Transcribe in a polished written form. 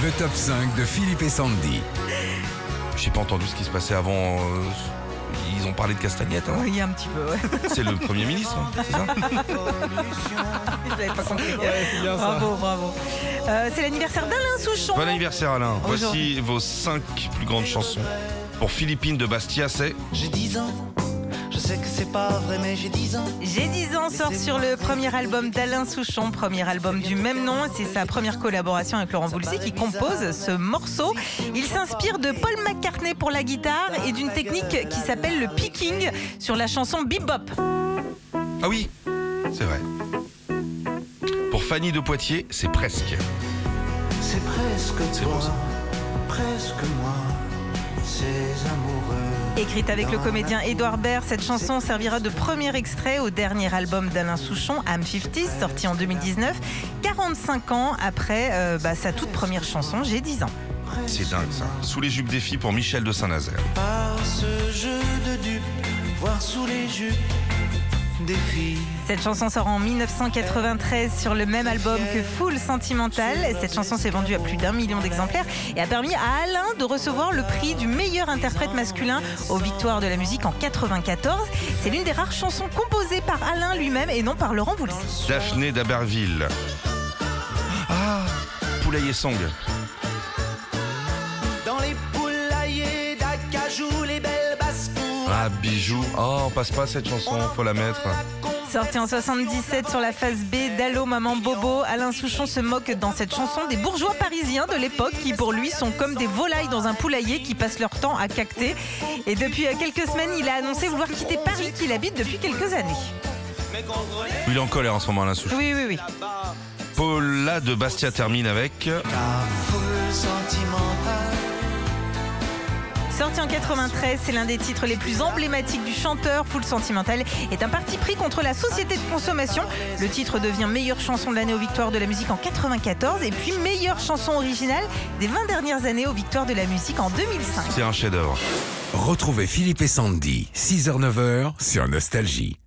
Le top 5 de Philippe et Sandy. J'ai pas entendu ce qui se passait avant. Ils ont parlé de castagnettes. Hein. Oui, un petit peu, ouais. C'est le Premier ministre, hein, c'est ça? Je l'avais pas compris. Ouais, c'est bien ça. Bravo. C'est l'anniversaire d'Alain Souchon. Bon anniversaire Alain. Voici Aujourd'hui. vos 5 plus grandes chansons. Pour Philippine de Bastia, c'est... J'ai 10 ans, je sais que c'est pas vrai mais j'ai 10 ans. J'ai 10 ans sort sur le premier album d'Alain Souchon, premier album du même nom. C'est sa première collaboration avec Laurent Voulzy qui compose ce morceau. Il s'inspire de Paul McCartney pour la guitare et d'une technique qui s'appelle le picking sur la chanson Bebop. Ah oui, c'est vrai. Pour Fanny de Poitiers, c'est presque. C'est presque C'est beau, toi, ça. presque moi, ces amoureux. Écrite avec le comédien Édouard Baird, cette chanson servira de premier extrait au dernier album d'Alain Souchon, I'm 50, sorti en 2019, 45 ans après sa toute première chanson, J'ai 10 ans. C'est dingue ça. Sous les jupes des filles pour Michel de Saint-Nazaire. Par ce jeu de dupes, voir sous les jupes des filles. Cette chanson sort en 1993 sur le même album que Full Sentimental. Cette chanson s'est vendue à plus d'1 million d'exemplaires et a permis à Alain de recevoir le prix du meilleur interprète masculin aux Victoires de la musique en 94. C'est l'une des rares chansons composées par Alain lui-même et non par Laurent Voulzy. Daphné d'Aberville. Ah, Poulailler Song. Dans les poulaillers d'Acajou, les belles basses-cours. Ah, Bijou. Oh, on passe pas cette chanson, faut la mettre. Sorti en 77 sur la face B d'Allô Maman Bobo, Alain Souchon se moque dans cette chanson des bourgeois parisiens de l'époque qui pour lui sont comme des volailles dans un poulailler qui passent leur temps à cacter. Et depuis quelques semaines, il a annoncé vouloir quitter Paris qu'il habite depuis quelques années. Il est en colère en ce moment, Alain Souchon. Oui. Paula de Bastia termine avec... La foule sentimentale. Sorti en 93, c'est l'un des titres les plus emblématiques du chanteur. Full Sentimental est un parti pris contre la société de consommation. Le titre devient meilleure chanson de l'année aux Victoires de la musique en 94 et puis meilleure chanson originale des 20 dernières années aux Victoires de la musique en 2005. C'est un chef-d'œuvre. Retrouvez Philippe et Sandy, 6h-9h sur Nostalgie.